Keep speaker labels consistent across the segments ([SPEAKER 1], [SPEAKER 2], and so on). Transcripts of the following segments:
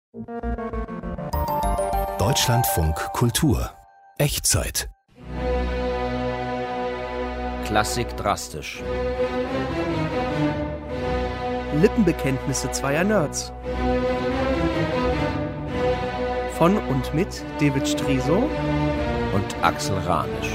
[SPEAKER 1] Deutschlandfunk Kultur. Echtzeit.
[SPEAKER 2] Klassik drastisch.
[SPEAKER 3] Lippenbekenntnisse zweier Nerds. Von und mit David Striso
[SPEAKER 2] und Axel Ranisch.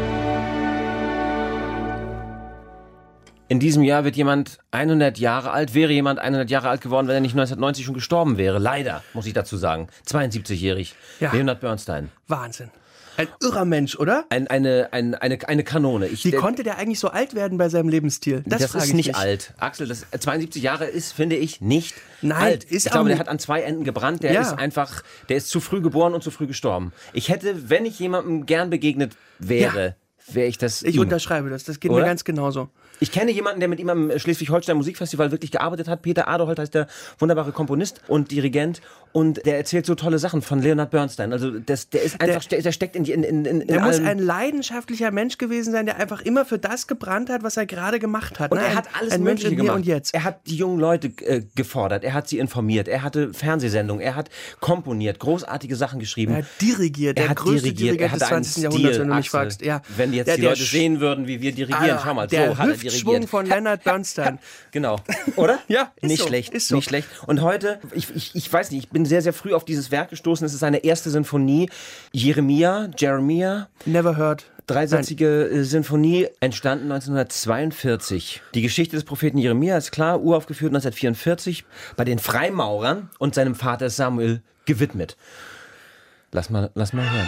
[SPEAKER 2] In diesem Jahr wird jemand 100 Jahre alt, wäre jemand 100 Jahre alt geworden, wenn er nicht 1990 schon gestorben wäre. Leider, muss ich dazu sagen. 72-jährig.
[SPEAKER 3] Ja.
[SPEAKER 2] Leonard Bernstein.
[SPEAKER 3] Wahnsinn. Ein irrer Mensch, oder?
[SPEAKER 2] Eine Kanone.
[SPEAKER 3] Wie konnte der eigentlich so alt werden bei seinem Lebensstil?
[SPEAKER 2] Das
[SPEAKER 3] frage
[SPEAKER 2] ist
[SPEAKER 3] ich
[SPEAKER 2] nicht
[SPEAKER 3] mich.
[SPEAKER 2] alt. Axel, 72 Jahre ist, finde ich, nicht
[SPEAKER 3] Nein,
[SPEAKER 2] alt.
[SPEAKER 3] ist
[SPEAKER 2] Ich
[SPEAKER 3] auch
[SPEAKER 2] glaube, der
[SPEAKER 3] nicht.
[SPEAKER 2] hat an zwei Enden gebrannt. Der
[SPEAKER 3] Ja.
[SPEAKER 2] ist einfach, der ist zu früh geboren und zu früh gestorben. Ich hätte, wenn ich jemandem gern begegnet wäre, wäre ich das
[SPEAKER 3] Ich
[SPEAKER 2] ihm.
[SPEAKER 3] unterschreibe das. Das geht
[SPEAKER 2] Oder?
[SPEAKER 3] mir ganz genauso.
[SPEAKER 2] Ich kenne jemanden, der mit ihm am Schleswig-Holstein Musikfestival wirklich gearbeitet hat. Peter Aderholt heißt der wunderbare Komponist und Dirigent. Und der erzählt so tolle Sachen von Leonard Bernstein. Also der ist einfach, der steckt in
[SPEAKER 3] Er muss
[SPEAKER 2] allem.
[SPEAKER 3] ein leidenschaftlicher Mensch gewesen sein, der einfach immer für das gebrannt hat, was er gerade gemacht hat.
[SPEAKER 2] Und
[SPEAKER 3] ne?
[SPEAKER 2] er hat alles
[SPEAKER 3] ein Mensch
[SPEAKER 2] Mögliche
[SPEAKER 3] in Hier
[SPEAKER 2] gemacht.
[SPEAKER 3] und Jetzt.
[SPEAKER 2] Er hat die jungen Leute gefordert, er hat sie informiert, er hatte Fernsehsendungen, er hat komponiert, großartige Sachen geschrieben.
[SPEAKER 3] Er hat dirigiert,
[SPEAKER 2] Er
[SPEAKER 3] der
[SPEAKER 2] hat
[SPEAKER 3] größte
[SPEAKER 2] dirigiert,
[SPEAKER 3] Dirigent
[SPEAKER 2] er
[SPEAKER 3] des
[SPEAKER 2] hatte einen
[SPEAKER 3] 20. Jahrhunderts, wenn du mich
[SPEAKER 2] Stil, Axel.
[SPEAKER 3] fragst. Ja.
[SPEAKER 2] Wenn jetzt
[SPEAKER 3] Der-
[SPEAKER 2] die
[SPEAKER 3] der
[SPEAKER 2] Leute sehen würden, wie wir dirigieren, schau mal,
[SPEAKER 3] der
[SPEAKER 2] so hat er
[SPEAKER 3] Hüftschwung
[SPEAKER 2] dirigiert.
[SPEAKER 3] von Leonard Bernstein.
[SPEAKER 2] Genau, oder?
[SPEAKER 3] Ja, ist
[SPEAKER 2] nicht
[SPEAKER 3] so,
[SPEAKER 2] schlecht,
[SPEAKER 3] ist so.
[SPEAKER 2] nicht schlecht. Und heute, ich weiß nicht, ich bin sehr, sehr früh auf dieses Werk gestoßen. Es ist seine erste Sinfonie, Jeremia,
[SPEAKER 3] Never heard.
[SPEAKER 2] dreisätzige Sinfonie, entstanden 1942. Die Geschichte des Propheten Jeremia ist klar, uraufgeführt 1944, bei den Freimaurern und seinem Vater Samuel gewidmet. Lass mal hören.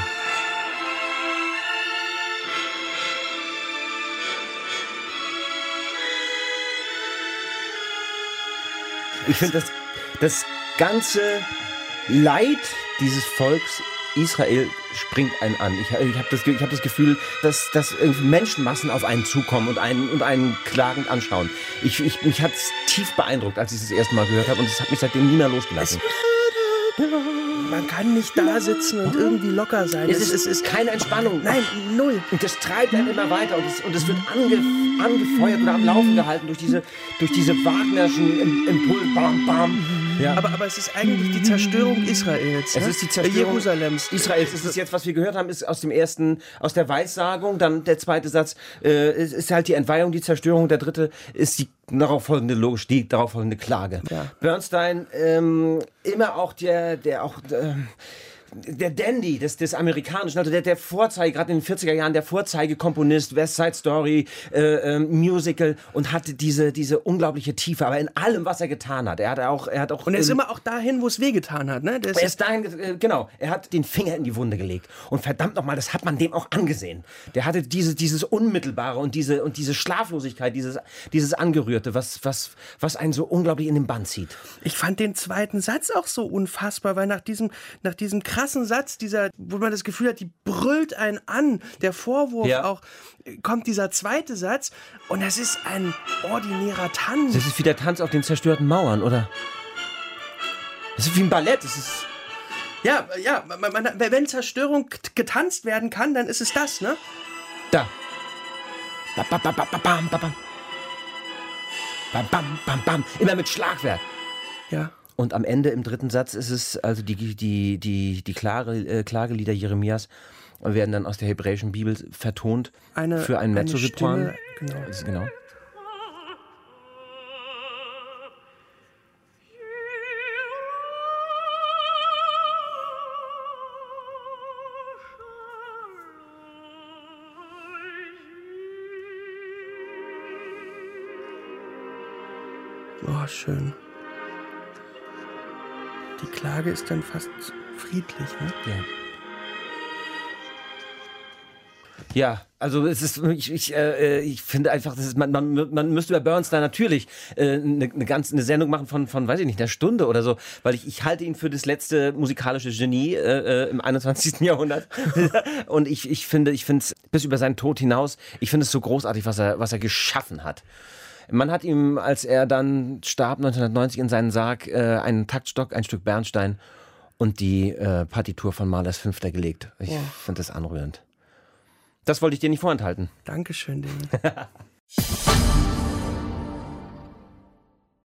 [SPEAKER 2] Ich finde, das ganze Leid dieses Volks Israel springt einen an. Ich hab das Gefühl, dass irgendwie Menschenmassen auf einen zukommen und einen klagend anschauen. Mich hat es tief beeindruckt, als ich es das erste Mal gehört habe, und es hat mich seitdem nie mehr losgelassen.
[SPEAKER 3] Man kann nicht da sitzen und irgendwie locker sein.
[SPEAKER 2] Es ist keine Entspannung.
[SPEAKER 3] Nein, null.
[SPEAKER 2] Und das treibt einen immer weiter und es wird angefeuert oder am Laufen gehalten durch diese Wagnerschen Impulse. Bam, bam. Ja.
[SPEAKER 3] Aber es ist eigentlich die Zerstörung Israels.
[SPEAKER 2] Es
[SPEAKER 3] ne?
[SPEAKER 2] ist die Zerstörung
[SPEAKER 3] Jerusalems.
[SPEAKER 2] Israels. Es ist jetzt, was wir gehört haben, ist aus der Weissagung. Dann der zweite Satz ist halt die Entweihung, die Zerstörung. Der dritte ist die darauffolgende Klage.
[SPEAKER 3] Ja.
[SPEAKER 2] Bernstein, immer auch der Dandy des Amerikanischen, also der Vorzeige, gerade in den 40er Jahren, der Vorzeigekomponist, West Side Story, Musical, und hatte diese unglaubliche Tiefe, aber in allem, was er getan hat. Er hat auch
[SPEAKER 3] Und er ist immer auch dahin, wo es wehgetan hat. Ne?
[SPEAKER 2] er ist dahin, genau, er hat den Finger in die Wunde gelegt. Und verdammt nochmal, das hat man dem auch angesehen. Der hatte dieses Unmittelbare und diese Schlaflosigkeit, dieses Angerührte, was einen so unglaublich in den Bann zieht.
[SPEAKER 3] Ich fand den zweiten Satz auch so unfassbar, weil nach diesem krassen Satz, wo man das Gefühl hat, die brüllt einen an, der Vorwurf
[SPEAKER 2] Ja.
[SPEAKER 3] auch, kommt dieser zweite Satz und das ist ein ordinärer Tanz.
[SPEAKER 2] Das ist wie der Tanz auf den zerstörten Mauern, oder? Das ist wie ein Ballett. Das ist
[SPEAKER 3] Ja, wenn Zerstörung getanzt werden kann, dann ist es das, ne?
[SPEAKER 2] da. Bam, bam, bam, bam, bam, bam, bam. Bam, bam, bam, bam. Immer mit Schlagwerk.
[SPEAKER 3] Ja.
[SPEAKER 2] Und am Ende im dritten Satz ist es, also die Klagelieder Jeremias werden dann aus der hebräischen Bibel vertont für einen Mezzosopran.
[SPEAKER 3] Genau.
[SPEAKER 2] Das ist genau.
[SPEAKER 3] Oh, schön. Die Klage ist dann fast friedlich, ne?
[SPEAKER 2] Ja. Ja, also es ist, ich finde einfach, das ist, man müsste über Bernstein natürlich eine Sendung machen von, weiß ich nicht, einer Stunde oder so, weil ich halte ihn für das letzte musikalische Genie im 21. Jahrhundert. Und ich finde es bis über seinen Tod hinaus, ich finde es so großartig, was er geschaffen hat. Man hat ihm, als er dann starb 1990, in seinen Sarg einen Taktstock, ein Stück Bernstein und die Partitur von Mahlers Fünfter gelegt. Ich finde das anrührend. Das wollte ich dir nicht vorenthalten.
[SPEAKER 3] Dankeschön, Ding.